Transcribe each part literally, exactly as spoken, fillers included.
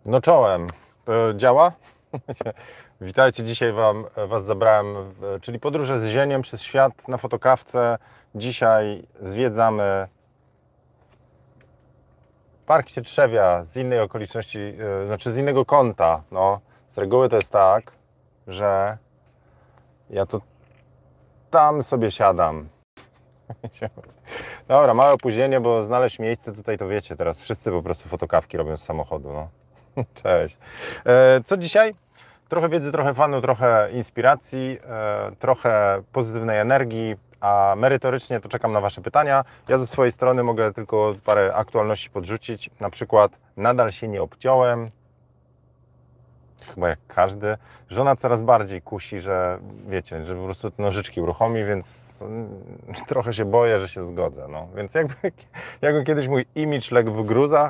No czołem. To działa? Witajcie, dzisiaj wam, Was zabrałem, w, czyli podróże z zieniem przez świat na fotokawce. Dzisiaj zwiedzamy Park Cietrzewia z innej okoliczności, yy, znaczy z innego kąta. No, z reguły to jest tak, że ja to tam sobie siadam. Dobra, małe opóźnienie, bo znaleźć miejsce tutaj to wiecie, teraz wszyscy po prostu fotokawki robią z samochodu. No. Cześć. E, co dzisiaj? Trochę wiedzy, trochę fanu, trochę inspiracji, e, trochę pozytywnej energii, a merytorycznie to czekam na Wasze pytania. Ja ze swojej strony mogę tylko parę aktualności podrzucić. Na przykład nadal się nie obciąłem. Chyba jak każdy. Żona coraz bardziej kusi, że wiecie, że po prostu te nożyczki uruchomi, więc trochę się boję, że się zgodzę. No. Więc jakby, jakby kiedyś mój imidż legł w gruzach,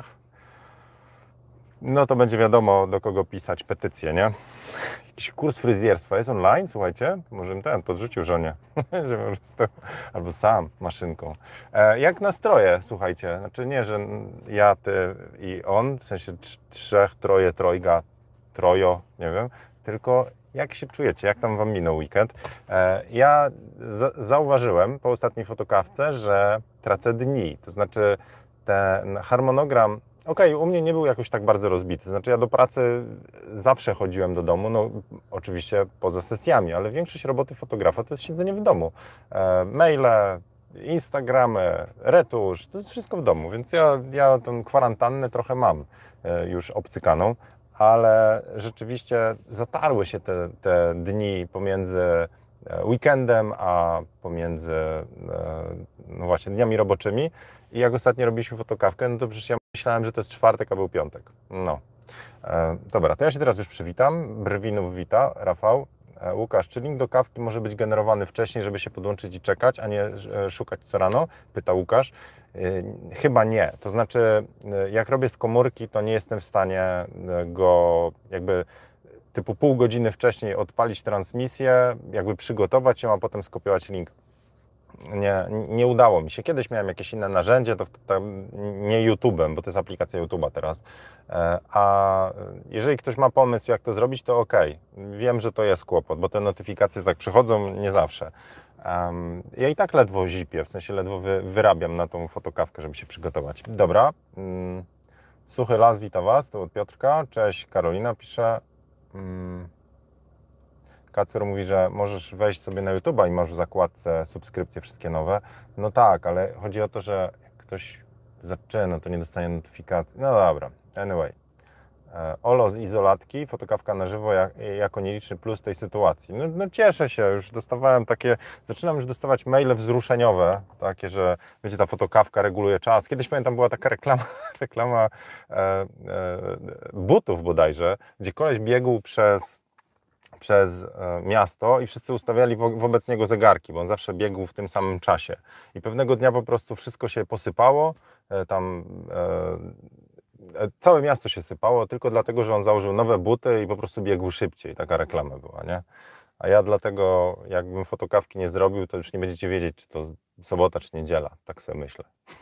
no to będzie wiadomo, do kogo pisać petycję, nie? Jakiś kurs fryzjerstwa jest online, słuchajcie? Może bym ten podrzucił żonie, że po prostu, albo sam maszynką. E, jak nastroje, słuchajcie? Znaczy nie, że ja, ty i on, w sensie trzech, troje, trojga, trojo, nie wiem, tylko jak się czujecie, jak tam wam minął weekend? E, ja za zauważyłem po ostatniej fotokawce, że tracę dni, to znaczy ten harmonogram. Okej, okay, u mnie nie był jakoś tak bardzo rozbity. Znaczy ja do pracy zawsze chodziłem do domu, no oczywiście poza sesjami, ale większość roboty fotografa to jest siedzenie w domu. E, maile, Instagramy, retusz, to jest wszystko w domu, więc ja, ja tę kwarantannę trochę mam e, już obcykaną, ale rzeczywiście zatarły się te, te dni pomiędzy weekendem, a pomiędzy e, no właśnie dniami roboczymi. I jak ostatnio robiliśmy fotokawkę, no to przecież ja myślałem, że to jest czwartek, a był piątek. No. E, dobra, to ja się teraz już przywitam. Brwinów wita, Rafał. E, Łukasz, czy link do kawki może być generowany wcześniej, żeby się podłączyć i czekać, a nie e, szukać co rano? Pyta Łukasz. E, chyba nie. To znaczy, e, jak robię z komórki, to nie jestem w stanie e, go jakby typu pół godziny wcześniej odpalić transmisję, jakby przygotować ją, a potem skopiować link. Nie, nie udało mi się. Kiedyś miałem jakieś inne narzędzie, to, to nie YouTube'em, bo to jest aplikacja YouTube'a teraz. A jeżeli ktoś ma pomysł, jak to zrobić, to ok. Wiem, że to jest kłopot, bo te notyfikacje tak przychodzą nie zawsze. Um, ja i tak ledwo zipię, w sensie ledwo wy, wyrabiam na tą fotokawkę, żeby się przygotować. Dobra. Um, Suchy Las wita Was, to od Piotrka. Cześć, Karolina pisze. Um, Kacper mówi, że możesz wejść sobie na YouTube'a i masz w zakładce subskrypcje wszystkie nowe. No tak, ale chodzi o to, że jak ktoś zaczyna, to nie dostanie notyfikacji. No dobra, anyway. Olo z izolatki, fotokawka na żywo jak, jako nieliczny plus tej sytuacji. No, no cieszę się, już dostawałem takie, zaczynam już dostawać maile wzruszeniowe, takie, że wiecie, ta fotokawka reguluje czas. Kiedyś pamiętam, była taka reklama, reklama e, e, butów bodajże, gdzie koleś biegł przez przez miasto i wszyscy ustawiali wo wobec niego zegarki, bo on zawsze biegł w tym samym czasie. I pewnego dnia po prostu wszystko się posypało, tam e, całe miasto się sypało, tylko dlatego, że on założył nowe buty i po prostu biegł szybciej. Taka reklama była, nie? A ja dlatego, jakbym fotokawki nie zrobił, to już nie będziecie wiedzieć, czy to sobota, czy niedziela. Tak sobie myślę.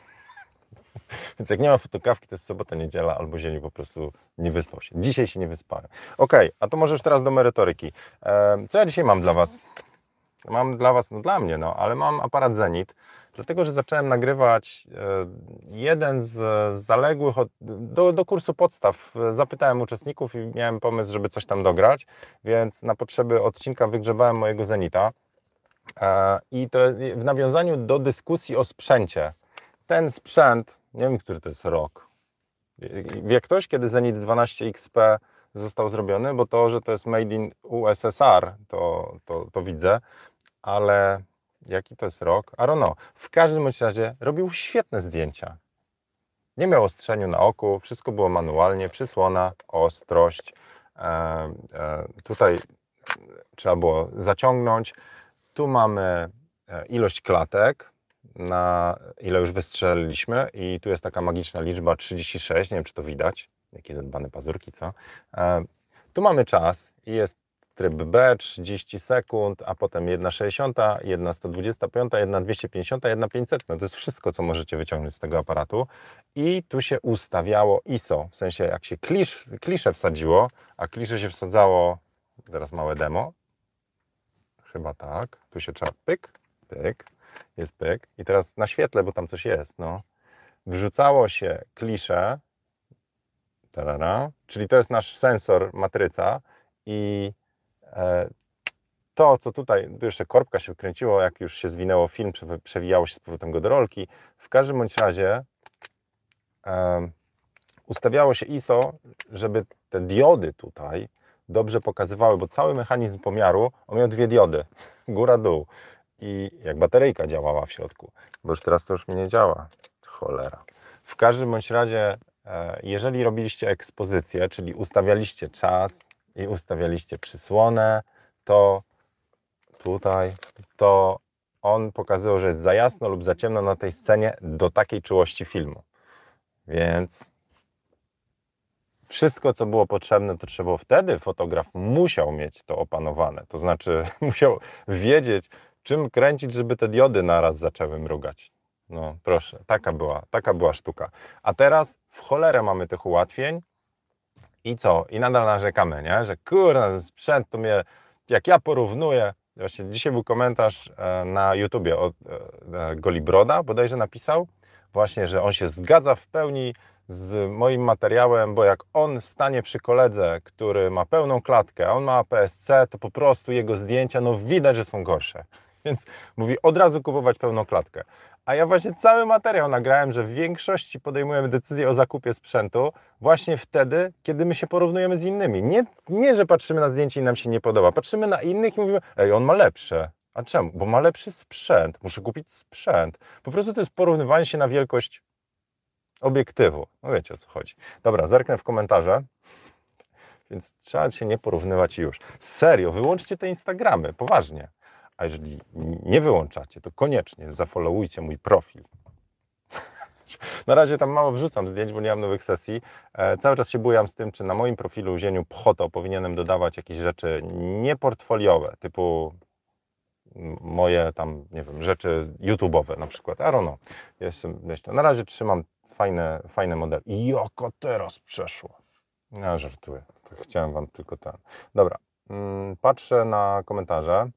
Więc jak nie ma fotokawki, to jest sobota, niedziela, albo ziemi po prostu nie wyspał się. Dzisiaj się nie wyspałem. Ok, a to może już teraz do merytoryki. Co ja dzisiaj mam dla Was? Mam dla Was, no dla mnie, no, ale mam aparat Zenit, dlatego, że zacząłem nagrywać jeden z zaległych, od, do, do kursu podstaw. Zapytałem uczestników i miałem pomysł, żeby coś tam dograć, więc na potrzeby odcinka wygrzebałem mojego Zenita. I to w nawiązaniu do dyskusji o sprzęcie. Ten sprzęt, nie wiem, który to jest rok. Wie ktoś, kiedy Zenit dwanaście X P został zrobiony? Bo to, że to jest made in U S S R, to, to, to widzę, ale jaki to jest rok? I don't know. W każdym bądź razie robił świetne zdjęcia. Nie miał ostrzeniu na oku, wszystko było manualnie, przysłona, ostrość. E, e, tutaj trzeba było zaciągnąć. Tu mamy ilość klatek, na ile już wystrzeliliśmy i tu jest taka magiczna liczba trzydzieści sześć, nie wiem, czy to widać, jakie zadbane pazurki, co? E, tu mamy czas i jest tryb B, trzydzieści sekund, a potem jedna sześćdziesiąt, jedna sto dwadzieścia pięć, jedna dwieście pięćdziesiąt, jedna pięćset. No to jest wszystko, co możecie wyciągnąć z tego aparatu. I tu się ustawiało I S O, w sensie jak się klisz, kliszę wsadziło, a kliszę się wsadzało, teraz małe demo, chyba tak, tu się trzeba pyk, pyk, jest pyk i teraz na świetle, bo tam coś jest, no, wrzucało się kliszę, tarara, czyli to jest nasz sensor, matryca i e, to, co tutaj, tu jeszcze korbka się wkręciło, jak już się zwinęło film, przewijało się z powrotem go do rolki. W każdym bądź razie e, ustawiało się I S O, żeby te diody tutaj dobrze pokazywały, bo cały mechanizm pomiaru, on miał dwie diody, góra-dół i jak bateryjka działała w środku, bo już teraz to już mi nie działa, cholera. W każdym bądź razie, jeżeli robiliście ekspozycję, czyli ustawialiście czas i ustawialiście przysłonę, to tutaj, to on pokazywał, że jest za jasno lub za ciemno na tej scenie do takiej czułości filmu. Więc wszystko, co było potrzebne, to trzeba było wtedy, fotograf musiał mieć to opanowane, to znaczy musiał wiedzieć, czym kręcić, żeby te diody naraz zaczęły mrugać. No proszę, taka była, taka była sztuka. A teraz w cholerę mamy tych ułatwień i co? I nadal narzekamy, nie? Że kurde, ten sprzęt to mnie, jak ja porównuję, właśnie dzisiaj był komentarz na YouTubie od Golibroda, bodajże napisał, właśnie, że on się zgadza w pełni z moim materiałem, bo jak on stanie przy koledze, który ma pełną klatkę, a on ma A P S C, to po prostu jego zdjęcia, no widać, że są gorsze. Więc mówi, od razu kupować pełną klatkę. A ja właśnie cały materiał nagrałem, że w większości podejmujemy decyzję o zakupie sprzętu właśnie wtedy, kiedy my się porównujemy z innymi. Nie, nie, że patrzymy na zdjęcie i nam się nie podoba. Patrzymy na innych i mówimy, ej, on ma lepsze. A czemu? Bo ma lepszy sprzęt. Muszę kupić sprzęt. Po prostu to jest porównywanie się na wielkość obiektywu. No wiecie, o co chodzi. Dobra, zerknę w komentarze. Więc trzeba się nie porównywać już. Serio, wyłączcie te Instagramy, poważnie. A jeżeli nie wyłączacie, to koniecznie zafollowujcie mój profil. Na razie tam mało wrzucam zdjęć, bo nie mam nowych sesji. E, cały czas się bujam z tym, czy na moim profilu Zieniu Pchoto powinienem dodawać jakieś rzeczy nieportfoliowe, typu moje tam, nie wiem, rzeczy YouTube'owe na przykład. I don't know. Jeszcze myślę. Na razie trzymam fajne, fajne modele. I jaka teraz przeszło. Ja żartuję. To chciałem wam tylko ten. Dobra. Mm, patrzę na komentarze.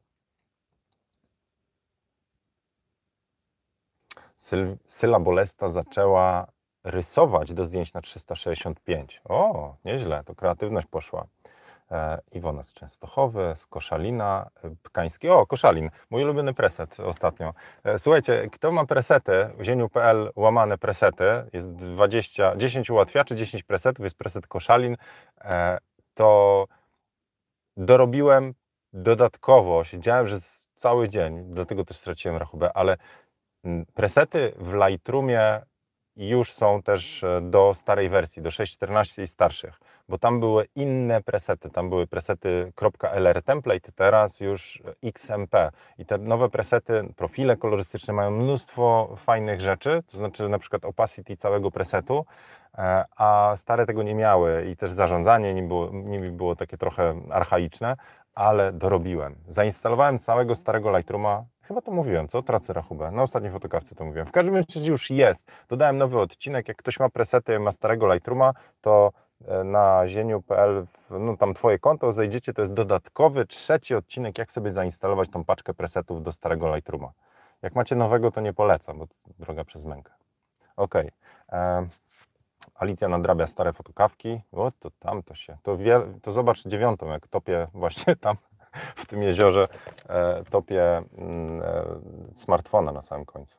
Syl, Syla Bolesta zaczęła rysować do zdjęć na trzysta sześćdziesiąt pięć. O, nieźle, to kreatywność poszła. E, Iwona z Częstochowy, z Koszalina, Pkański. O, Koszalin, mój ulubiony preset ostatnio. E, słuchajcie, kto ma presety, zieniu kropka p l łamane presety, jest dwadzieścia, dziesięć ułatwiaczy, dziesięć presetów, jest preset Koszalin, e, to dorobiłem dodatkowo, siedziałem przez cały dzień, dlatego też straciłem rachubę, ale presety w Lightroomie już są też do starej wersji, do sześć czternaście i starszych, bo tam były inne presety, tam były presety .lr template, teraz już X M P i te nowe presety, profile kolorystyczne mają mnóstwo fajnych rzeczy, to znaczy na przykład opacity całego presetu, a stare tego nie miały i też zarządzanie nimi było, nimi było takie trochę archaiczne, ale dorobiłem. Zainstalowałem całego starego Lightrooma. Chyba to mówiłem, co? Tracę rachubę. Na ostatniej fotokawce to mówiłem. W każdym razie już jest. Dodałem nowy odcinek. Jak ktoś ma presety, ma starego Lightrooma, to na zieniu kropka p l, no tam twoje konto, zejdziecie, to jest dodatkowy, trzeci odcinek, jak sobie zainstalować tą paczkę presetów do starego Lightrooma. Jak macie nowego, to nie polecam, bo to droga przez mękę. Ok. E, Alicja nadrabia stare fotokawki. O, to tam to się... To, wie, to zobacz dziewiątą, jak topię właśnie tam w tym jeziorze, e, topię e, smartfona na samym końcu.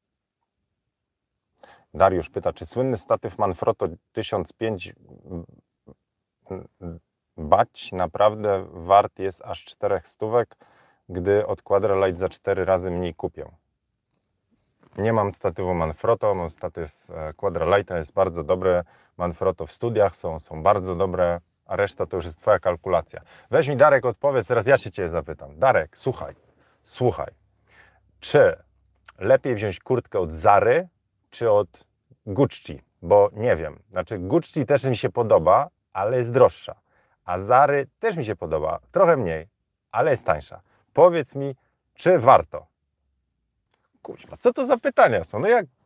Dariusz pyta, czy słynny statyw Manfrotto tysiąc pięć bać naprawdę wart jest aż czterech stówek, gdy od Quadralite za cztery razy mniej kupię? Nie mam statywu Manfrotto, mam statyw Quadralite, jest bardzo dobry. Manfrotto w studiach są, są bardzo dobre, a reszta to już jest twoja kalkulacja. Weź mi, Darek, odpowiedz, teraz ja się ciebie zapytam. Darek, słuchaj, słuchaj, czy lepiej wziąć kurtkę od Zary, czy od Gucci? Bo nie wiem, znaczy Gucci też mi się podoba, ale jest droższa. A Zary też mi się podoba, trochę mniej, ale jest tańsza. Powiedz mi, czy warto? Kurwa, co to za pytania są? No jak...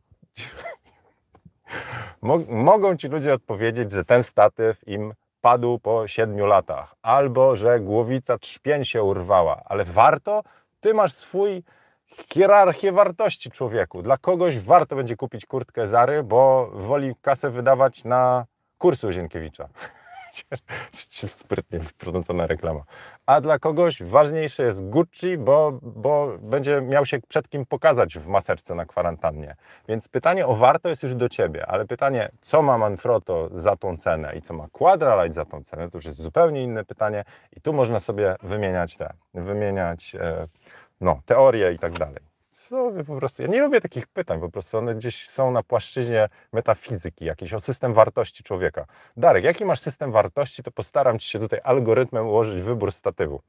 Mogą ci ludzie odpowiedzieć, że ten statyw im padł po siedmiu latach, albo że głowica trzpień się urwała, ale warto? Ty masz swój hierarchię wartości, człowieku. Dla kogoś warto będzie kupić kurtkę Zary, bo woli kasę wydawać na kursy u Zienkiewicza. Sprytnie wprowadzona reklama. A dla kogoś ważniejsze jest Gucci, bo, bo będzie miał się przed kim pokazać w maseczce na kwarantannie. Więc pytanie o warto jest już do Ciebie, ale pytanie, co ma Manfrotto za tą cenę i co ma Quadralight za tą cenę, to już jest zupełnie inne pytanie i tu można sobie wymieniać te, wymieniać e, no, teorie i tak dalej. Co wy po prostu, ja nie lubię takich pytań, po prostu one gdzieś są na płaszczyźnie metafizyki, jakiś o system wartości człowieka. Darek, jaki masz system wartości, to postaram Ci się tutaj algorytmem ułożyć wybór statywu.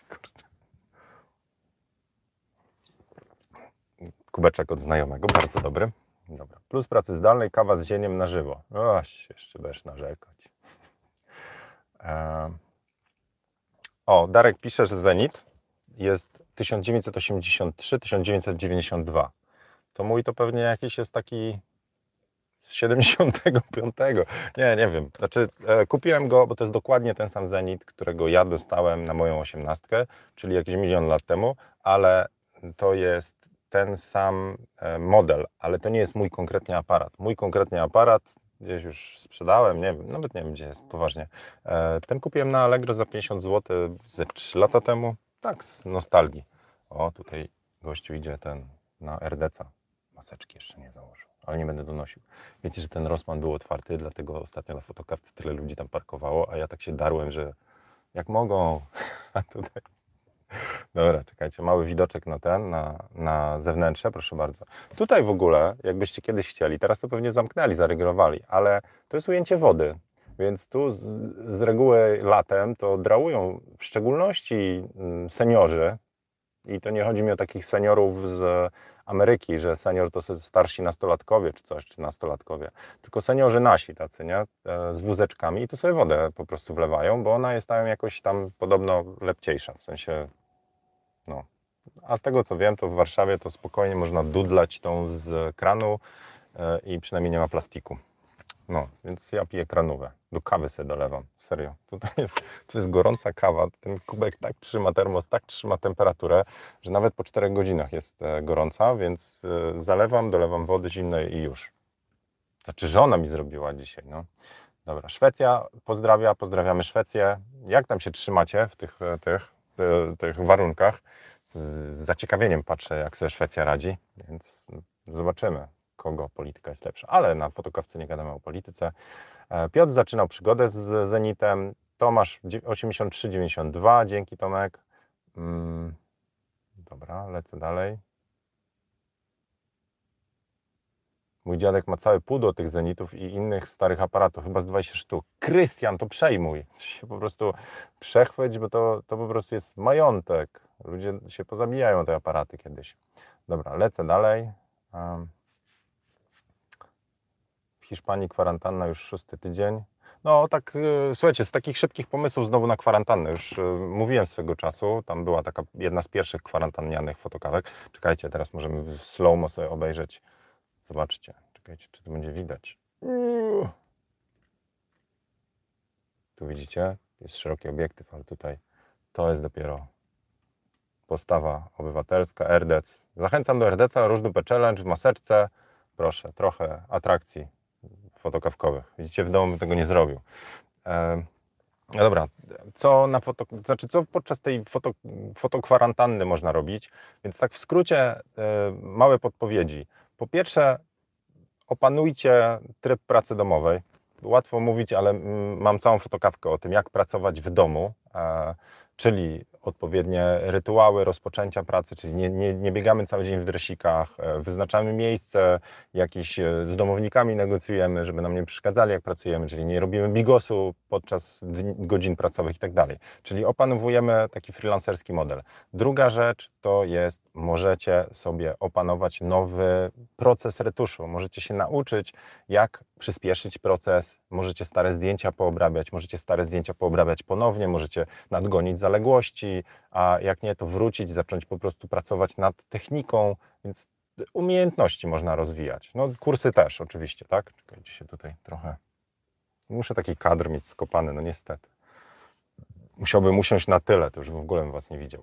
Kubeczek od znajomego, bardzo dobry. Dobra. Plus pracy zdalnej, kawa z zieniem na żywo. Oś, jeszcze będziesz narzekać. Ehm. O, Darek pisze, że Zenit jest tysiąc dziewięćset osiemdziesiąt trzy do tysiąc dziewięćset dziewięćdziesiąt dwa. To mój to pewnie jakiś jest taki z siedemdziesiątego piątego. Nie, nie wiem. Znaczy e, kupiłem go, bo to jest dokładnie ten sam Zenit, którego ja dostałem na moją osiemnastkę, czyli jakiś milion lat temu, ale to jest ten sam e, model, ale to nie jest mój konkretnie aparat. Mój konkretnie aparat gdzieś już sprzedałem, nie wiem, nawet nie wiem gdzie jest, poważnie. E, ten kupiłem na Allegro za pięćdziesiąt złotych ze trzy lata temu. Tak, z nostalgii. O, tutaj gościu idzie ten na R D C. Maseczki jeszcze nie założył, ale nie będę donosił. Wiecie, że ten Rossmann był otwarty, dlatego ostatnio na fotokawce tyle ludzi tam parkowało, a ja tak się darłem, że jak mogą. A tutaj... Dobra, czekajcie, mały widoczek na ten, na, na zewnętrzne, proszę bardzo. Tutaj w ogóle, jakbyście kiedyś chcieli, teraz to pewnie zamknęli, zaregulowali, ale to jest ujęcie wody. Więc tu z, z reguły latem to drałują w szczególności seniorzy i to nie chodzi mi o takich seniorów z Ameryki, że senior to są starsi nastolatkowie czy coś, czy nastolatkowie, tylko seniorzy nasi tacy, nie? Z wózeczkami i tu sobie wodę po prostu wlewają, bo ona jest tam jakoś tam podobno lepciejsza, w sensie, no. A z tego co wiem, to w Warszawie to spokojnie można dudlać tą z kranu i przynajmniej nie ma plastiku. No, więc ja piję kranówę. Do kawy sobie dolewam. Serio. Tutaj jest, tu jest gorąca kawa. Ten kubek tak trzyma termos, tak trzyma temperaturę, że nawet po czterech godzinach jest e, gorąca, więc e, zalewam, dolewam wody zimnej i już. Znaczy żona mi zrobiła dzisiaj, no. Dobra, Szwecja pozdrawia, pozdrawiamy Szwecję. Jak tam się trzymacie w tych, tych, tych, tych warunkach? Z, z zaciekawieniem patrzę, jak sobie Szwecja radzi, więc zobaczymy, kogo polityka jest lepsza. Ale na fotokawce nie gadamy o polityce. Piotr zaczynał przygodę z Zenitem. Tomasz osiemdziesiąt trzy dziewięćdziesiąt dwa. Dzięki, Tomek. Hmm. Dobra, lecę dalej. Mój dziadek ma całe pudło tych Zenitów i innych starych aparatów, chyba z dwadzieścia sztuk. Krystian, to przejmuj. Się po prostu przechwyć, bo to, to po prostu jest majątek. Ludzie się pozabijają te aparaty kiedyś. Dobra, lecę dalej. Um. W Hiszpanii kwarantanna już szósty tydzień. No tak, yy, słuchajcie, z takich szybkich pomysłów znowu na kwarantannę. Już yy, mówiłem swego czasu, tam była taka jedna z pierwszych kwarantannianych fotokawek. Czekajcie, teraz możemy w slow-mo sobie obejrzeć. Zobaczcie, czekajcie, czy to będzie widać. Yy. Tu widzicie, jest szeroki obiektyw, ale tutaj to jest dopiero postawa obywatelska, R D C. Zachęcam do R D C, Róż Dupę Challenge w maseczce. Proszę, trochę atrakcji fotokawkowych. Widzicie, w domu bym tego nie zrobił. E, no dobra, co na foto, znaczy co podczas tej foto, fotokwarantanny można robić? Więc tak w skrócie e, małe podpowiedzi. Po pierwsze, opanujcie tryb pracy domowej. Łatwo mówić, ale mam całą fotokawkę o tym, jak pracować w domu, e, czyli odpowiednie rytuały rozpoczęcia pracy, czyli nie, nie, nie biegamy cały dzień w dresikach, wyznaczamy miejsce, jakieś z domownikami negocjujemy, żeby nam nie przeszkadzali, jak pracujemy, czyli nie robimy bigosu podczas godzin pracowych i tak dalej. Czyli opanowujemy taki freelancerski model. Druga rzecz to jest, możecie sobie opanować nowy proces retuszu, możecie się nauczyć, jak przyspieszyć proces, możecie stare zdjęcia poobrabiać, możecie stare zdjęcia poobrabiać ponownie, możecie nadgonić zaległości, a jak nie, to wrócić, zacząć po prostu pracować nad techniką, więc umiejętności można rozwijać. No kursy też oczywiście, tak? Czekajcie się tutaj trochę. Muszę taki kadr mieć skopany, no niestety. Musiałbym usiąść na tyle, to już w ogóle bym was nie widział.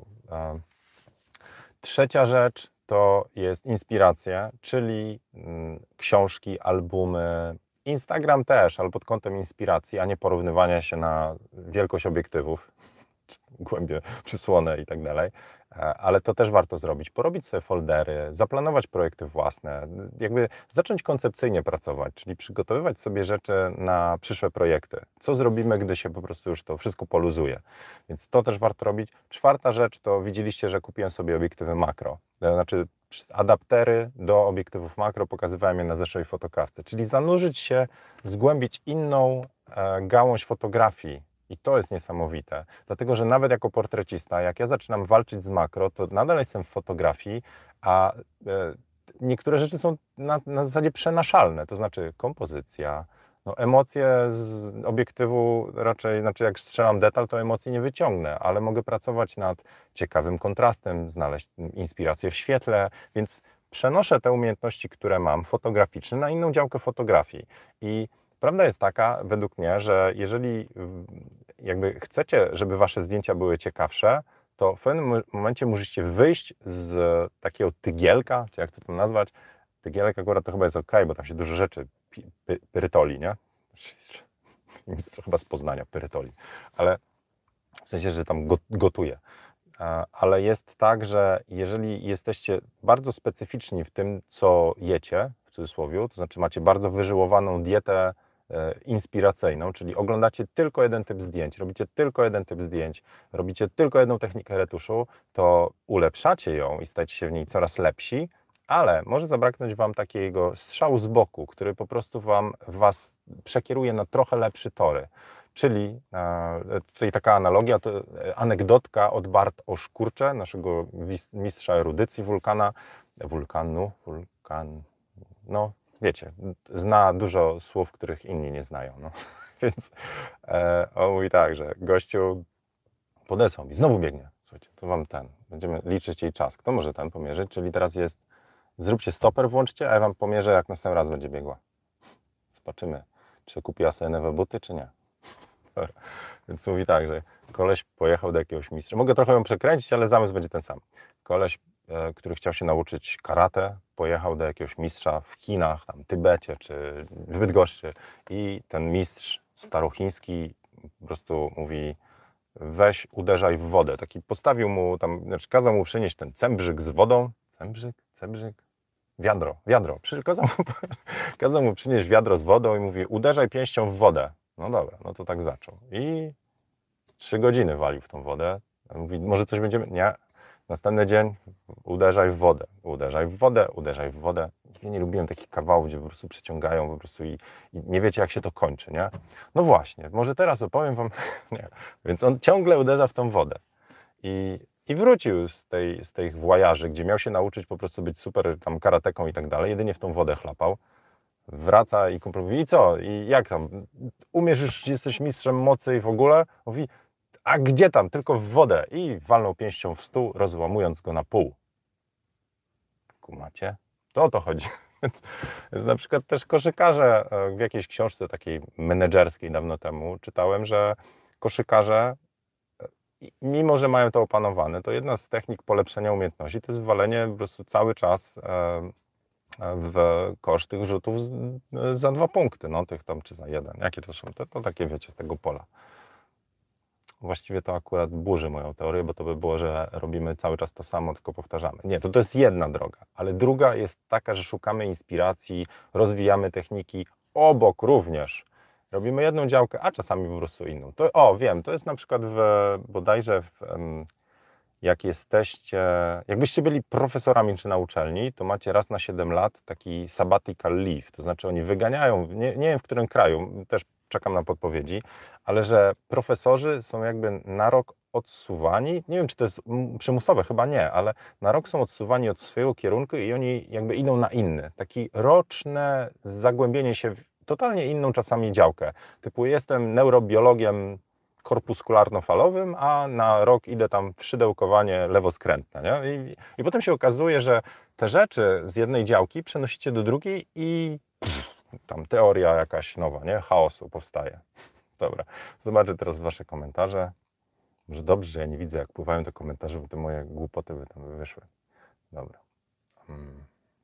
Trzecia rzecz to jest inspiracja, czyli książki, albumy, Instagram też, ale pod kątem inspiracji, a nie porównywania się na wielkość obiektywów, głębie, przysłonę i tak dalej, ale to też warto zrobić, porobić sobie foldery, zaplanować projekty własne, jakby zacząć koncepcyjnie pracować, czyli przygotowywać sobie rzeczy na przyszłe projekty. Co zrobimy, gdy się po prostu już to wszystko poluzuje, więc to też warto robić. Czwarta rzecz to widzieliście, że kupiłem sobie obiektywy makro, znaczy adaptery do obiektywów makro, pokazywałem je na zeszłej fotokawce, czyli zanurzyć się, zgłębić inną e, gałąź fotografii. I to jest niesamowite, dlatego że nawet jako portrecista, jak ja zaczynam walczyć z makro, to nadal jestem w fotografii, a e, niektóre rzeczy są na, na zasadzie przenaszalne, to znaczy kompozycja, no emocje z obiektywu raczej, znaczy jak strzelam detal, to emocji nie wyciągnę, ale mogę pracować nad ciekawym kontrastem, znaleźć inspirację w świetle, więc przenoszę te umiejętności, które mam fotograficzne, na inną działkę fotografii. I prawda jest taka, według mnie, że jeżeli jakby chcecie, żeby wasze zdjęcia były ciekawsze, to w pewnym momencie musicie wyjść z takiego tygielka, czy jak to tam nazwać. Tygielek akurat to chyba jest ok, bo tam się dużo rzeczy py, pyrytoli, nie? To chyba z Poznania, pyrytoli. Ale w sensie, że tam gotuje. Ale jest tak, że jeżeli jesteście bardzo specyficzni w tym, co jecie, w cudzysłowie, to znaczy macie bardzo wyżyłowaną dietę inspiracyjną, czyli oglądacie tylko jeden typ zdjęć, robicie tylko jeden typ zdjęć, robicie tylko jedną technikę retuszu, to ulepszacie ją i stajecie się w niej coraz lepsi, ale może zabraknąć wam takiego strzału z boku, który po prostu wam, was przekieruje na trochę lepsze tory. Czyli tutaj taka analogia, to anegdotka od Bartosza Kurcze, naszego mistrza erudycji wulkana, wulkanu, wulkan, no wiecie, zna dużo słów, których inni nie znają, no. Więc e, on mówi tak, że gościu podesłał mi, znowu biegnie, słuchajcie, to wam ten, będziemy liczyć jej czas, kto może ten pomierzyć, czyli teraz jest, zróbcie stoper, włączcie, a ja wam pomierzę, jak następny raz będzie biegła. Zobaczymy, czy kupiła sobie nowe buty, czy nie. Więc mówi tak, że koleś pojechał do jakiegoś mistrza. Mogę trochę ją przekręcić, ale zamysł będzie ten sam. Koleś, e, który chciał się nauczyć karate, pojechał do jakiegoś mistrza w Chinach, tam Tybecie czy w Bydgoszczy i ten mistrz starochiński po prostu mówi, weź uderzaj w wodę. Taki postawił mu tam, znaczy kazał mu przynieść ten cembrzyk z wodą. Cembrzyk? Cembrzyk? Wiadro, wiadro. Kazał mu, kazał mu przynieść wiadro z wodą i mówi, uderzaj pięścią w wodę. No dobra, no to tak zaczął. I trzy godziny walił w tą wodę. Mówi, może coś będziemy... Nie. Następny dzień uderzaj w wodę, uderzaj w wodę, uderzaj w wodę. Ja nie lubiłem takich kawałów, gdzie po prostu przeciągają po prostu i, i nie wiecie, jak się to kończy, nie? No właśnie, może teraz opowiem wam... Nie. Więc on ciągle uderza w tą wodę. I, i wrócił z, tej, z tych włajaży, gdzie miał się nauczyć po prostu być super tam karateką i tak dalej. Jedynie w tą wodę chlapał. Wraca i kumpel mówi, i co? I jak tam? Umiesz już, jesteś mistrzem mocy i w ogóle? Mówi, a gdzie tam? Tylko w wodę. I walnął pięścią w stół, rozłamując go na pół. Kumacie? To o to chodzi. Więc, więc na przykład też koszykarze, w jakiejś książce takiej menedżerskiej dawno temu czytałem, że koszykarze, mimo że mają to opanowane, to jedna z technik polepszenia umiejętności to jest wywalenie po prostu cały czas w koszt tych rzutów za dwa punkty, no tych tam czy za jeden. Jakie to są? To, to takie wiecie z tego pola. Właściwie to akurat burzy moją teorię, bo to by było, że robimy cały czas to samo, tylko powtarzamy. Nie, to to jest jedna droga, ale druga jest taka, że szukamy inspiracji, rozwijamy techniki, obok również robimy jedną działkę, a czasami po prostu inną. To, o, wiem, to jest na przykład w, bodajże w, jak jesteście, jakbyście byli profesorami czy na uczelni, to macie raz na siedem lat taki sabbatical leave, to znaczy oni wyganiają, nie, nie wiem w którym kraju, też czekam na podpowiedzi, ale że profesorzy są jakby na rok odsuwani, nie wiem czy to jest przymusowe, chyba nie, ale na rok są odsuwani od swojego kierunku i oni jakby idą na inny, taki roczne zagłębienie się w totalnie inną czasami działkę, typu jestem neurobiologiem korpuskularno-falowym, a na rok idę tam w szydełkowanie lewoskrętne. Nie? I, I potem się okazuje, że te rzeczy z jednej działki przenosicie do drugiej i pff, tam teoria jakaś nowa, nie? Chaosu powstaje. Dobra, zobaczę teraz wasze komentarze. Może dobrze, że ja nie widzę, jak pływają te komentarze, bo te moje głupoty by tam wyszły. Dobra. Hmm.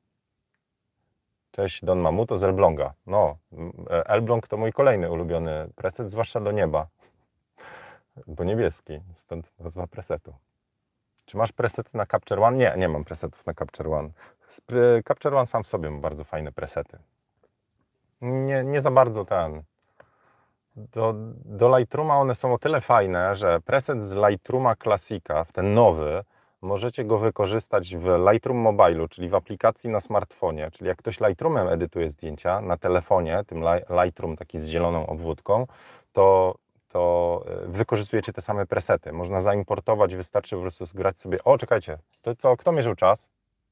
Cześć, Don Mamuto z Elbląga. No, Elbląg to mój kolejny ulubiony preset, zwłaszcza do nieba. Bo niebieski, stąd nazwa presetu. Czy masz presety na Capture One? Nie, nie mam presetów na Capture One. Capture One sam w sobie ma bardzo fajne presety. Nie, nie za bardzo ten. Do, do Lightrooma one są o tyle fajne, że preset z Lightrooma Classica, ten nowy, możecie go wykorzystać w Lightroom Mobile'u, czyli w aplikacji na smartfonie. Czyli jak ktoś Lightroomem edytuje zdjęcia na telefonie, tym Lightroom taki z zieloną obwódką, to to wykorzystujecie te same presety. Można zaimportować, wystarczy po prostu zgrać sobie... O, czekajcie, to co, kto mierzył czas?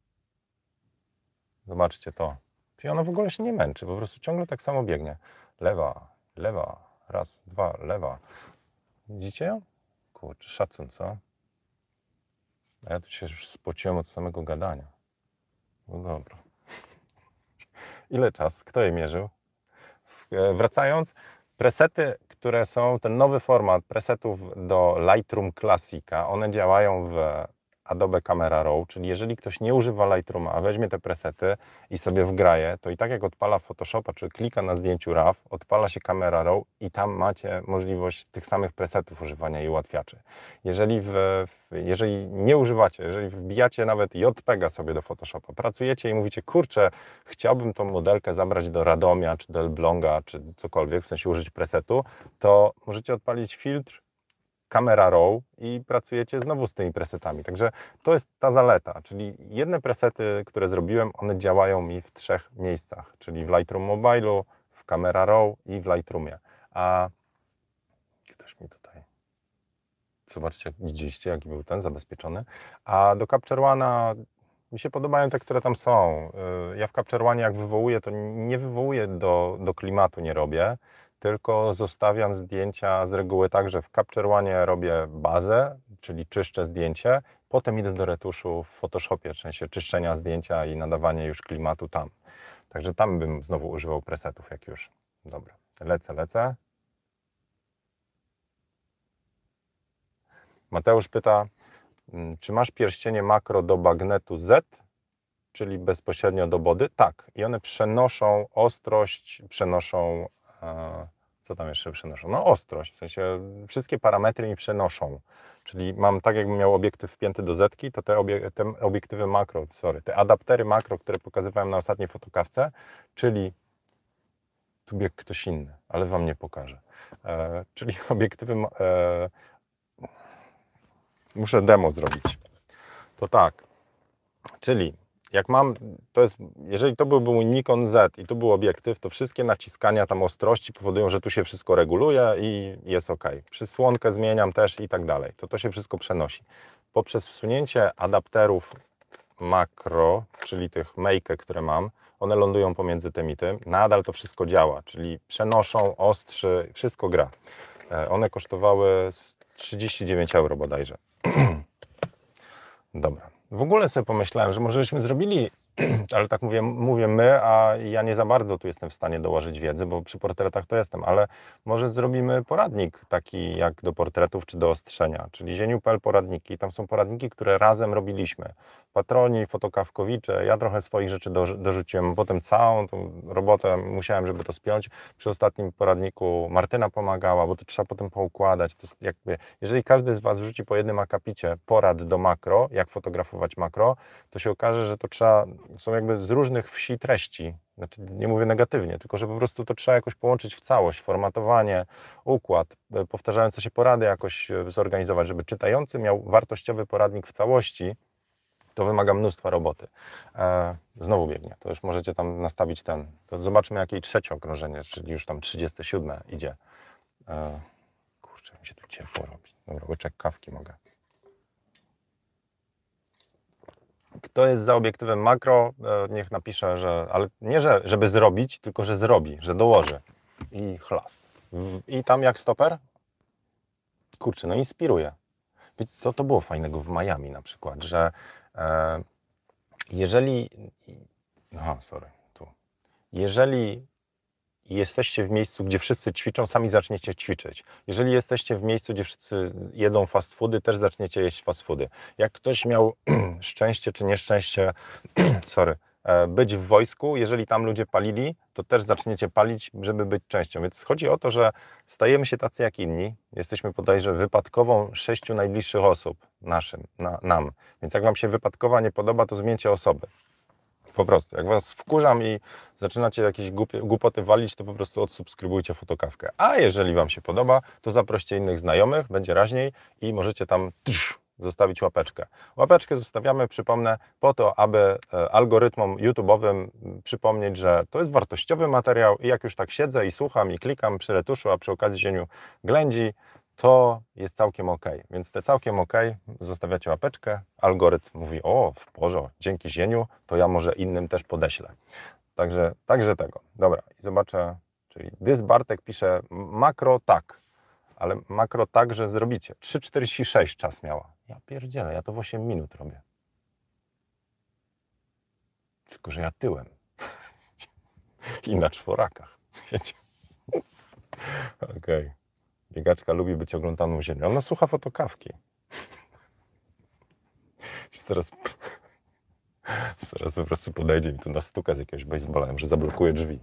Zobaczcie to. I ono w ogóle się nie męczy, po prostu ciągle tak samo biegnie. Lewa, lewa, raz, dwa, lewa. Widzicie ją? Kurczę, szacun, co? A ja tu się już spociłem od samego gadania. No dobra. Ile czas? Kto je mierzył? Wracając, presety, które są, ten nowy format presetów do Lightroom Classica, one działają w Adobe Camera Raw, czyli jeżeli ktoś nie używa Lightrooma, a weźmie te presety i sobie wgraje, to i tak jak odpala Photoshopa, czy klika na zdjęciu R A W, odpala się Camera Raw i tam macie możliwość tych samych presetów używania i ułatwiaczy. Jeżeli, w, jeżeli nie używacie, jeżeli wbijacie nawet JPEGa sobie do Photoshopa, pracujecie i mówicie, kurczę, chciałbym tą modelkę zabrać do Radomia, czy do Elbląga, czy cokolwiek, w sensie użyć presetu, to możecie odpalić filtr Camera Raw i pracujecie znowu z tymi presetami. Także to jest ta zaleta, czyli jedne presety, które zrobiłem, one działają mi w trzech miejscach, czyli w Lightroom Mobile'u, w Camera Raw i w Lightroomie. A ktoś mi tutaj... Zobaczcie, widzieliście, jaki był ten zabezpieczony. A do Capture One'a mi się podobają te, które tam są. Ja w Capture One jak wywołuję, to nie wywołuję do, do klimatu, nie robię, tylko zostawiam zdjęcia z reguły tak, że w Capture One robię bazę, czyli czyszczę zdjęcie, potem idę do retuszu w Photoshopie, w sensie czyszczenia zdjęcia i nadawanie już klimatu tam. Także tam bym znowu używał presetów, jak już. Dobra, lecę, lecę. Mateusz pyta, czy masz pierścienie makro do bagnetu Z, czyli bezpośrednio do body? Tak, i one przenoszą ostrość, przenoszą... Co tam jeszcze przenoszą? No ostrość, w sensie wszystkie parametry mi przenoszą. Czyli mam tak, jakbym miał obiektyw wpięty do zetki, to te, obie, te obiektywy makro, sorry, te adaptery makro, które pokazywałem na ostatniej fotokawce, czyli tu biegł ktoś inny, ale wam nie pokażę. E, czyli obiektywy... E, muszę demo zrobić. To tak, czyli jak mam, to jest, jeżeli to byłby mój Nikon Z i tu był obiektyw, to wszystkie naciskania tam ostrości powodują, że tu się wszystko reguluje i jest ok. Przysłonkę zmieniam też i tak dalej. To to się wszystko przenosi. Poprzez wsunięcie adapterów makro, czyli tych Make, które mam, one lądują pomiędzy tym i tym. Nadal to wszystko działa, czyli przenoszą, ostrzy, wszystko gra. One kosztowały trzydzieści dziewięć euro bodajże. Dobra. W ogóle sobie pomyślałem, że może byśmy zrobili, ale tak mówię, mówię my, a ja nie za bardzo tu jestem w stanie dołożyć wiedzy, bo przy portretach to jestem, ale może zrobimy poradnik taki jak do portretów czy do ostrzenia, czyli zieniu kropka p l poradniki. Tam są poradniki, które razem robiliśmy. patroni, fotokawkowicze, ja trochę swoich rzeczy do, dorzuciłem, potem całą tą robotę musiałem, żeby to spiąć. Przy ostatnim poradniku Martyna pomagała, bo to trzeba potem poukładać. To jest jakby, jeżeli każdy z Was wrzuci po jednym akapicie porad do makro, jak fotografować makro, to się okaże, że to trzeba, są jakby z różnych wsi treści. Znaczy, nie mówię negatywnie, tylko że po prostu to trzeba jakoś połączyć w całość, formatowanie, układ, powtarzające się porady jakoś zorganizować, żeby czytający miał wartościowy poradnik w całości. To wymaga mnóstwa roboty. E, znowu biegnie, to już możecie tam nastawić ten. To zobaczmy, jakie trzecie okrążenie, czyli już tam trzydzieste siódme idzie. E, kurczę, mi się tu ciepło robi. Dobra, łyczek kawki mogę. Kto jest za obiektywem makro, e, niech napisze, że, ale nie, że, żeby zrobić, tylko że zrobi, że dołoży. I chlast. I tam jak stoper? Kurczę, no inspiruje. Wiecie co, to było fajnego w Miami na przykład, że e, jeżeli, aha, sorry, tu, jeżeli jesteście w miejscu, gdzie wszyscy ćwiczą, sami zaczniecie ćwiczyć. Jeżeli jesteście w miejscu, gdzie wszyscy jedzą fast foody, też zaczniecie jeść fast foody. Jak ktoś miał szczęście czy nieszczęście, sorry, być w wojsku, jeżeli tam ludzie palili, to też zaczniecie palić, żeby być częścią. Więc chodzi o to, że stajemy się tacy jak inni. Jesteśmy bodajże wypadkową sześciu najbliższych osób naszym, na, nam. Więc jak Wam się wypadkowa nie podoba, to zmieńcie osoby. Po prostu. Jak Was wkurzam i zaczynacie jakieś głupie, głupoty walić, to po prostu odsubskrybujcie fotokawkę. A jeżeli Wam się podoba, to zaproście innych znajomych, będzie raźniej i możecie tam tsz, zostawić łapeczkę. Łapeczkę zostawiamy, przypomnę, po to, aby algorytmom YouTube'owym przypomnieć, że to jest wartościowy materiał i jak już tak siedzę i słucham i klikam przy retuszu, a przy okazji zieniu ględzi, to jest całkiem ok. Więc te całkiem ok, zostawiacie łapeczkę, algorytm mówi, o, w porządku, dzięki zieniu, to ja może innym też podeślę. Także, także tego. Dobra, i zobaczę, czyli Dys Bartek pisze, makro tak, ale makro tak, że zrobicie. trzy czterdzieści sześć czas miała. Ja pierdzielę, ja to w osiem minut robię. Tylko że ja tyłem. I na czworakach. Wiecie? Okej. Okay. Biegaczka lubi być oglądaną ziemią. Ona słucha fotokawki. Teraz, teraz po prostu podejdzie mi tu na stuka z jakiegoś baseballa, że zablokuje drzwi.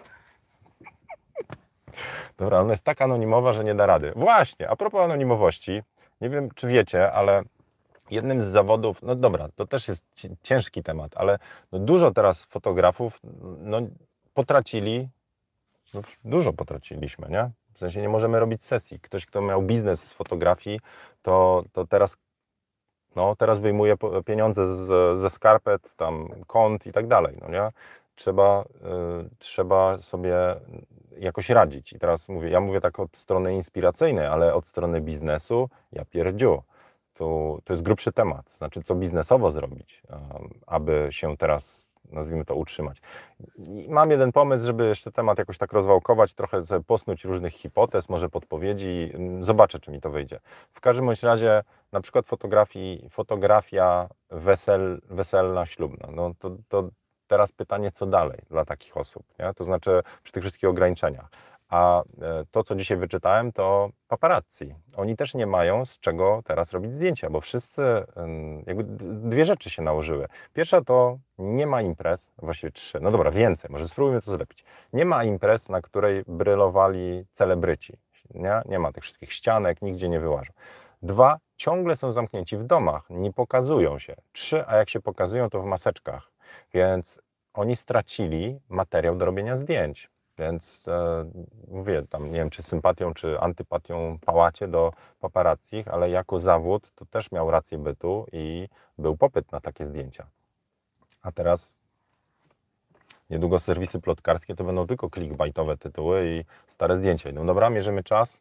Dobra, ona jest tak anonimowa, że nie da rady. Właśnie, a propos anonimowości, nie wiem, czy wiecie, ale jednym z zawodów, no dobra, to też jest ciężki temat, ale no dużo teraz fotografów no, potracili, no, dużo potraciliśmy, nie? W sensie nie możemy robić sesji. Ktoś, kto miał biznes z fotografii, to, to teraz, no, teraz wyjmuje pieniądze z, ze skarpet, tam kont i tak dalej, no nie? Trzeba, y, trzeba sobie jakoś radzić. I teraz mówię, ja mówię tak od strony inspiracyjnej, ale od strony biznesu, ja pierdziu. To, to jest grubszy temat. Znaczy, co biznesowo zrobić, aby się teraz, nazwijmy to, utrzymać. I mam jeden pomysł, żeby jeszcze temat jakoś tak rozwałkować, trochę sobie posnuć różnych hipotez, może podpowiedzi. Zobaczę, czy mi to wyjdzie. W każdym bądź razie, na przykład fotografii, fotografia wesel, weselna, ślubna. No to, to teraz pytanie, co dalej dla takich osób, nie? To znaczy przy tych wszystkich ograniczeniach. A to, co dzisiaj wyczytałem, to paparazzi. Oni też nie mają z czego teraz robić zdjęcia, bo wszyscy, jakby dwie rzeczy się nałożyły. Pierwsza to nie ma imprez, właściwie trzy, no dobra, więcej, może spróbujmy to zlepić. Nie ma imprez, na której brylowali celebryci. Nie, nie ma tych wszystkich ścianek, nigdzie nie wyłażą. Dwa, ciągle są zamknięci w domach, nie pokazują się. Trzy, a jak się pokazują, to w maseczkach. Więc oni stracili materiał do robienia zdjęć. Więc e, mówię tam, nie wiem, czy sympatią, czy antypatią pałacie do paparazzich, ale jako zawód to też miał rację bytu i był popyt na takie zdjęcia. A teraz niedługo serwisy plotkarskie to będą tylko clickbaitowe tytuły i stare zdjęcia. No dobra, mierzymy czas.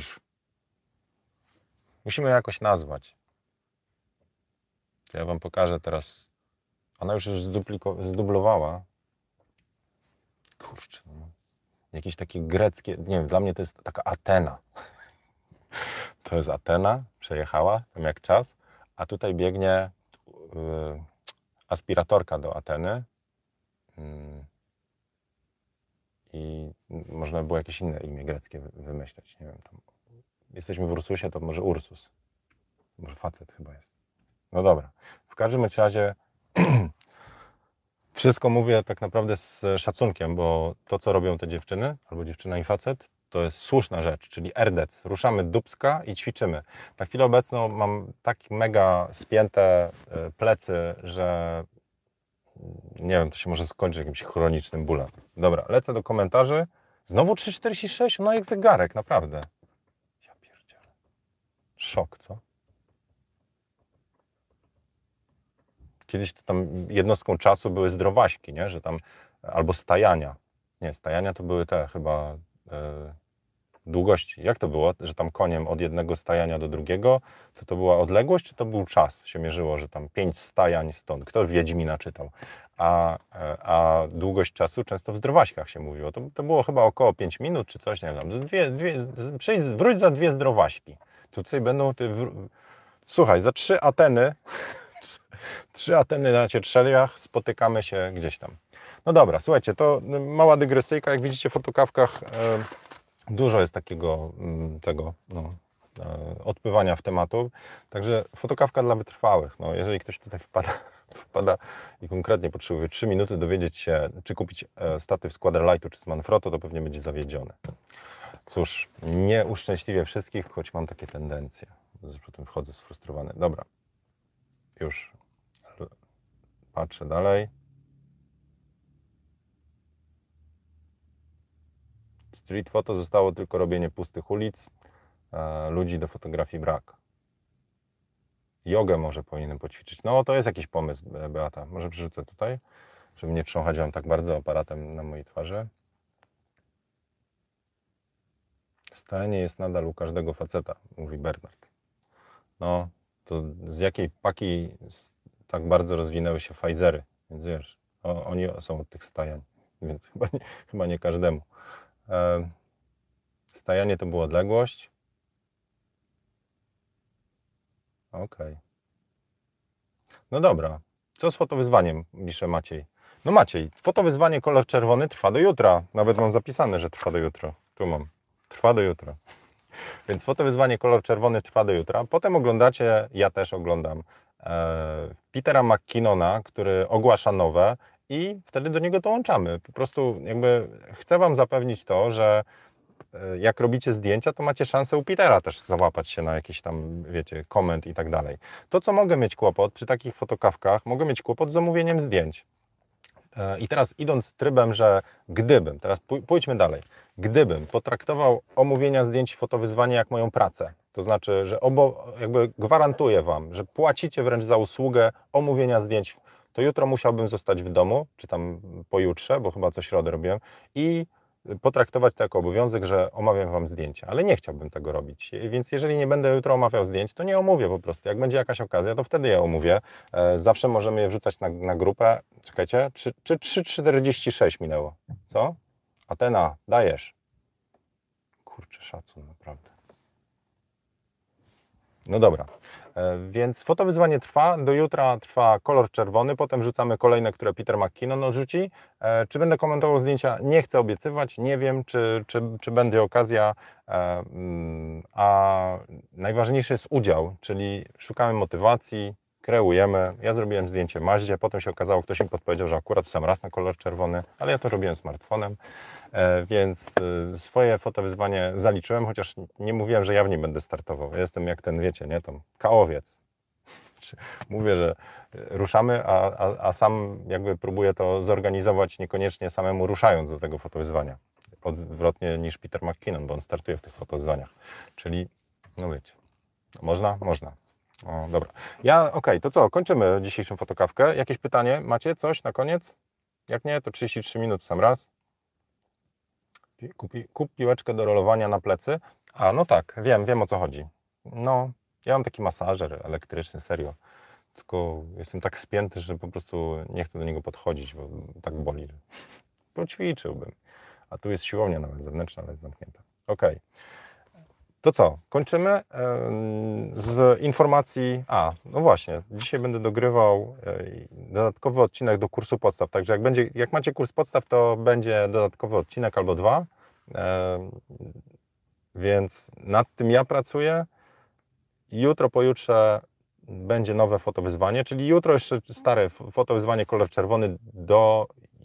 Musimy je jakoś nazwać. Ja Wam pokażę teraz. Ona już już zdublowała. Kurczę. No. Jakieś takie greckie, nie wiem, dla mnie to jest taka Atena. To jest Atena, przejechała tam jak czas, a tutaj biegnie yy, aspiratorka do Ateny yy, i można było jakieś inne imię greckie wymyśleć, nie wiem, tam jesteśmy w Ursusie, to może Ursus, może facet chyba jest. No dobra, W każdym bądź razie wszystko mówię tak naprawdę z szacunkiem, bo to, co robią te dziewczyny, albo dziewczyna i facet, to jest słuszna rzecz, czyli R D C. Ruszamy dupska i ćwiczymy. Na chwilę obecną mam tak mega spięte plecy, że nie wiem, to się może skończyć jakimś chronicznym bólem. Dobra, lecę do komentarzy. Znowu trzy czterdzieści sześć, no jak zegarek, naprawdę. Ja pierdzielę. Szok, co? Kiedyś to tam jednostką czasu były zdrowaśki, nie? Że tam, albo stajania. Nie, stajania to były te chyba e, długości. Jak to było? Że tam koniem od jednego stajania do drugiego, to to była odległość, czy to był czas? Się mierzyło, że tam pięć stajań stąd. Kto Wiedźmina czytał? A, a długość czasu często w zdrowaśkach się mówiło. To, to było chyba około pięć minut, czy coś, nie wiem. Dwie, dwie, przyjdź, wróć za dwie zdrowaśki. Tutaj będą ty... W... Słuchaj, za trzy Ateny Trzy Ateny na Cietrzeliach, spotykamy się gdzieś tam. No dobra, słuchajcie, to mała dygresyjka. Jak widzicie w fotokawkach e, dużo jest takiego m, tego no, e, odpływania w tematu. Także fotokawka dla wytrwałych. No, jeżeli ktoś tutaj wpada, wpada i konkretnie potrzebuje trzy minuty dowiedzieć się, czy kupić e, statyw z Quadralightu czy z Manfrotto, to pewnie będzie zawiedziony. Cóż, nie uszczęśliwię wszystkich, choć mam takie tendencje. Potem wchodzę sfrustrowany. Dobra, już patrzę dalej. Street photo zostało tylko robienie pustych ulic. E, ludzi do fotografii brak. Jogę może powinienem poćwiczyć. No to jest jakiś pomysł, Beata. Może przerzucę tutaj, żeby nie trząchać wam tak bardzo aparatem na mojej twarzy. Stajanie jest nadal u każdego faceta, mówi Bernard. No, to z jakiej paki tak bardzo rozwinęły się Pfizery, więc wiesz, o, oni są od tych stajań, więc chyba nie, chyba nie każdemu. E, stajanie to była odległość. Okej. Okay. No dobra, co z fotowyzwaniem, pisze Maciej. No Maciej, fotowyzwanie kolor czerwony trwa do jutra. Nawet mam zapisane, że trwa do jutra. Tu mam. Trwa do jutra. Więc fotowyzwanie kolor czerwony trwa do jutra. Potem oglądacie, ja też oglądam, e, Petera McKinnona, który ogłasza nowe i wtedy do niego dołączamy. Po prostu jakby chcę wam zapewnić to, że e, jak robicie zdjęcia, to macie szansę u Petera też załapać się na jakiś tam, wiecie, koment i tak dalej. To, co mogę mieć kłopot przy takich fotokawkach, mogę mieć kłopot z zamówieniem zdjęć. I teraz idąc trybem, że gdybym, teraz pójdźmy dalej, gdybym potraktował omówienia zdjęć i fotowyzwanie jak moją pracę, to znaczy, że obo, jakby gwarantuję wam, że płacicie wręcz za usługę omówienia zdjęć, to jutro musiałbym zostać w domu, czy tam pojutrze, bo chyba co środę robiłem, i potraktować to jako obowiązek, że omawiam wam zdjęcia, ale nie chciałbym tego robić, więc jeżeli nie będę jutro omawiał zdjęć, to nie omówię po prostu. Jak będzie jakaś okazja, to wtedy je omówię. Zawsze możemy je wrzucać na, na grupę. Czekajcie, czy trzy czterdzieści sześć minęło? Co? Atena, dajesz. Kurczę, szacun, naprawdę. No dobra, więc fotowyzwanie trwa, do jutra trwa kolor czerwony, potem rzucamy kolejne, które Peter McKinnon odrzuci. Czy będę komentował zdjęcia? Nie chcę obiecywać, nie wiem, czy, czy, czy będzie okazja, a najważniejszy jest udział, czyli szukamy motywacji, kreujemy. Ja zrobiłem zdjęcie Maździe, potem się okazało, ktoś mi podpowiedział, że akurat sam raz na kolor czerwony, ale ja to robiłem smartfonem, więc swoje fotowyzwanie zaliczyłem, chociaż nie mówiłem, że ja w nim będę startował. Ja jestem jak ten, wiecie, nie, tam kałowiec. Mówię, że ruszamy, a, a, a sam jakby próbuję to zorganizować, niekoniecznie samemu ruszając do tego fotowyzwania. Odwrotnie niż Peter McKinnon, bo on startuje w tych fotowyzwaniach. Czyli, no wiecie, można? Można. O, dobra. Ja, okej, okay, to co, kończymy dzisiejszą fotokawkę. Jakieś pytanie macie? Coś na koniec? Jak nie, to trzydzieści trzy minut sam raz. Kup, kup piłeczkę do rolowania na plecy. A, no tak, wiem, wiem o co chodzi. No, ja mam taki masażer elektryczny, serio. Tylko jestem tak spięty, że po prostu nie chcę do niego podchodzić, bo tak boli. Poćwiczyłbym. A tu jest siłownia nawet zewnętrzna, ale jest zamknięta. Okej. Okay. To co, kończymy z informacji, a no właśnie, dzisiaj będę dogrywał dodatkowy odcinek do kursu podstaw, także jak, będzie, jak macie kurs podstaw, to będzie dodatkowy odcinek albo dwa, więc nad tym ja pracuję. Jutro, pojutrze będzie nowe fotowyzwanie, czyli jutro jeszcze stare fotowyzwanie kolor czerwony do...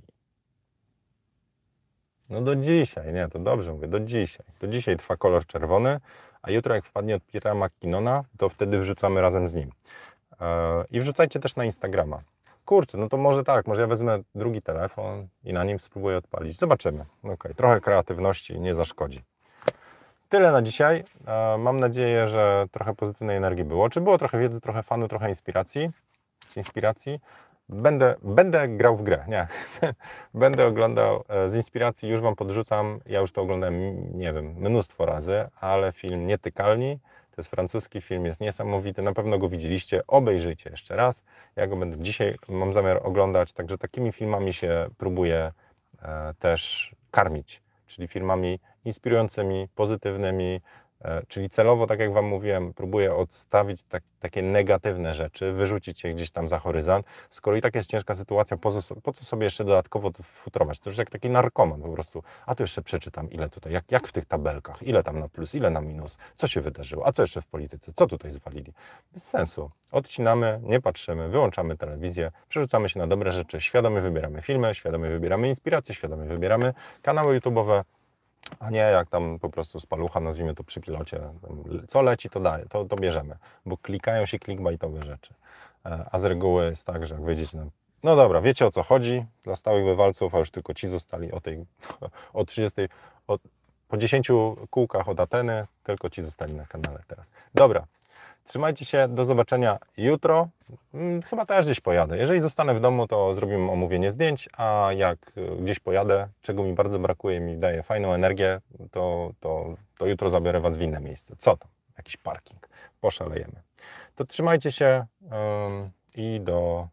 No do dzisiaj, nie, to dobrze mówię, do dzisiaj. Do dzisiaj trwa kolor czerwony, a jutro jak wpadnie od Petera McKinnona, to wtedy wrzucamy razem z nim. I wrzucajcie też na Instagrama. Kurczę, no to może tak, może ja wezmę drugi telefon i na nim spróbuję odpalić. Zobaczymy. Okay. Trochę kreatywności nie zaszkodzi. Tyle na dzisiaj. Mam nadzieję, że trochę pozytywnej energii było. Czy było trochę wiedzy, trochę fanu, trochę inspiracji? Z inspiracji. Będę, będę grał w grę, nie. Będę oglądał z inspiracji, już Wam podrzucam. Ja już to oglądałem, nie wiem, mnóstwo razy, ale film Nietykalni. To jest francuski film, jest niesamowity, na pewno go widzieliście, obejrzyjcie jeszcze raz. Ja go będę dzisiaj, mam zamiar oglądać, także takimi filmami się próbuję e, też karmić, czyli filmami inspirującymi, pozytywnymi, e, czyli celowo, tak jak Wam mówiłem, próbuję odstawić tak, takie negatywne rzeczy, wyrzucić je gdzieś tam za horyzont. Skoro i tak jest ciężka sytuacja, po co, po co sobie jeszcze dodatkowo futrować? To już jak taki narkoman po prostu. A tu jeszcze przeczytam, ile tutaj, jak, jak w tych tabelkach, ile tam na plus, ile na minus, co się wydarzyło, a co jeszcze w polityce, co tutaj zwalili. Bez sensu. Odcinamy, nie patrzymy, wyłączamy telewizję, przerzucamy się na dobre rzeczy, świadomie wybieramy filmy, świadomie wybieramy inspiracje, świadomie wybieramy kanały YouTube'owe, a nie jak tam po prostu z palucha, nazwijmy to przy pilocie, co leci to daje, to, to bierzemy, bo klikają się clickbaitowe rzeczy, a z reguły jest tak, że jak wejdziecie na... No dobra, wiecie o co chodzi, dla stałych bywalców, a już tylko ci zostali o tej, o trzydziestej, o, po dziesięciu kółkach od Ateny, tylko ci zostali na kanale teraz. Dobra, trzymajcie się, do zobaczenia jutro. Chyba też gdzieś pojadę. Jeżeli zostanę w domu, to zrobimy omówienie zdjęć, a jak gdzieś pojadę, czego mi bardzo brakuje, mi daje fajną energię, to, to, to jutro zabiorę Was w inne miejsce. Co to? Jakiś parking. Poszalejemy. To trzymajcie się um, i do...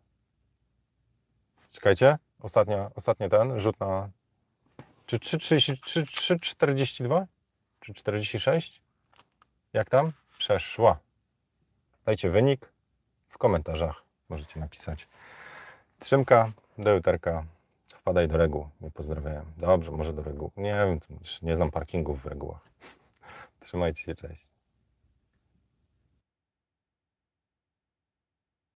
Czekajcie, ostatnia, ostatni ten, rzut na... Czy trzy czterdzieści dwa? Czy czterdzieści sześć? Jak tam? Przeszła. Dajcie wynik w komentarzach, możecie napisać. Trzymka, do juterka, wpadaj do reguł, nie pozdrawiam. Dobrze, może do reguł. Nie wiem, nie znam parkingów w regułach. Trzymajcie się, cześć.